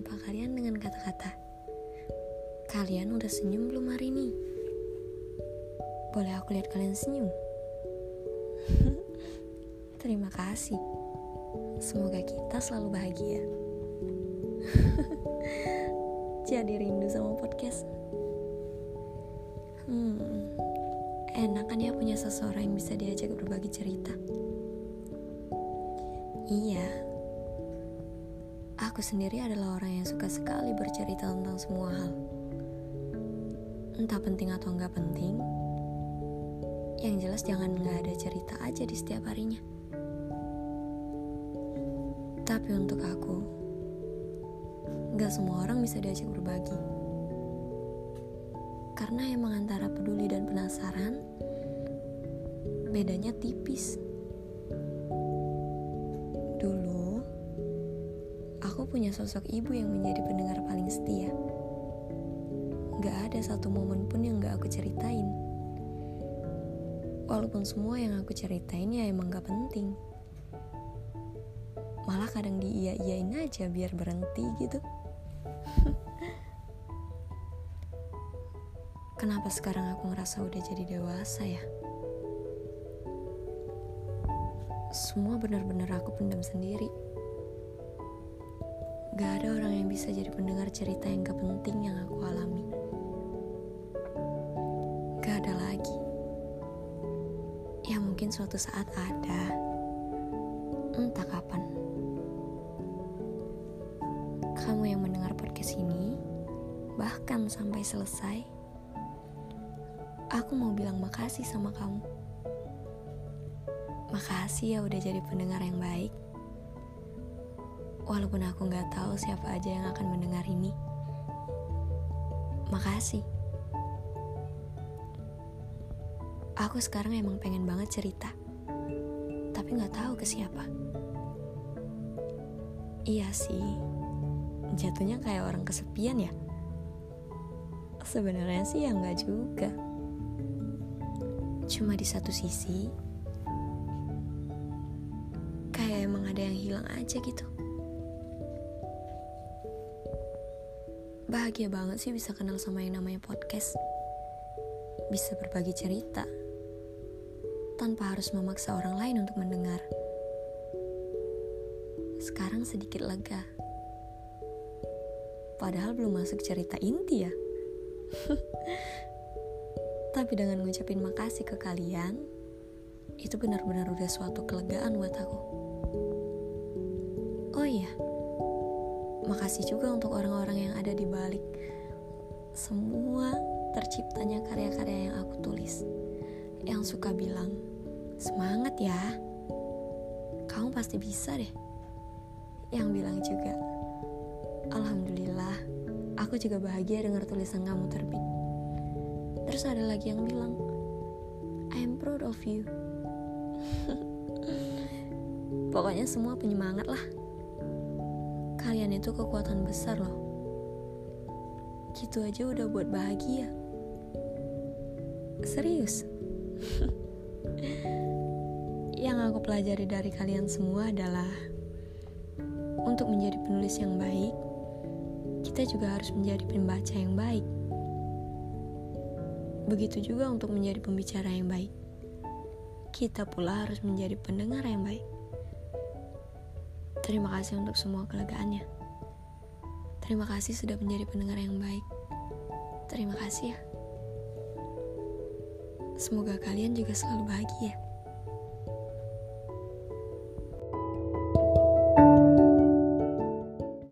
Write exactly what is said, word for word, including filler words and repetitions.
menyapa kalian dengan kata-kata, "Kalian udah senyum belum hari ini? Boleh aku lihat kalian senyum?" Terima kasih. Semoga kita selalu bahagia. Jadi rindu sama podcast. Hmm, enak kan ya punya seseorang yang bisa diajak berbagi cerita. Iya, aku sendiri adalah orang yang suka sekali bercerita tentang semua hal. Entah penting atau enggak penting, yang jelas jangan enggak ada cerita aja di setiap harinya. Tapi untuk aku, enggak semua orang bisa diajak berbagi. Karena emang antara peduli dan penasaran, bedanya tipis. Dulu, aku punya sosok ibu yang menjadi pendengar paling setia. Gak ada satu momen pun yang gak aku ceritain. Walaupun semua yang aku ceritain ya emang gak penting. Malah kadang diiya-iyain aja biar berhenti gitu. Kenapa sekarang aku ngerasa udah jadi dewasa ya? Semua benar-benar aku pendam sendiri. Gak ada orang yang bisa jadi pendengar cerita yang gak penting yang aku alami. Gak ada lagi. Ya mungkin suatu saat ada. Entah kapan. Kamu yang mendengar podcast ini, bahkan sampai selesai, aku mau bilang makasih sama kamu. Makasih ya udah jadi pendengar yang baik. Walaupun aku gak tahu siapa aja yang akan mendengar ini. Makasih. Aku sekarang emang pengen banget cerita, tapi gak tahu ke siapa. Iya sih, jatuhnya kayak orang kesepian ya. Sebenarnya sih ya gak juga. Cuma di satu sisi, kayak emang ada yang hilang aja gitu. Bahagia banget sih bisa kenal sama yang namanya podcast. Bisa berbagi cerita tanpa harus memaksa orang lain untuk mendengar. Sekarang sedikit lega. Padahal belum masuk cerita inti ya. Tapi dengan ngucapin makasih ke kalian, itu benar-benar udah suatu kelegaan buat aku. Oh iya, makasih juga untuk orang-orang yang ada di balik semua terciptanya karya-karya yang aku tulis. Yang suka bilang, "Semangat ya, kamu pasti bisa deh." Yang bilang juga, "Alhamdulillah, aku juga bahagia dengar tulisan kamu terbit." Terus ada lagi yang bilang, "I am proud of you." Pokoknya semua penyemangat lah. Kalian itu kekuatan besar loh. Gitu aja udah buat bahagia. Serius. Yang aku pelajari dari kalian semua adalah untuk menjadi penulis yang baik, kita juga harus menjadi pembaca yang baik. Begitu juga untuk menjadi pembicara yang baik, kita pula harus menjadi pendengar yang baik. Terima kasih untuk semua kelegaannya. Terima kasih sudah menjadi pendengar yang baik. Terima kasih ya. Semoga kalian juga selalu bahagia.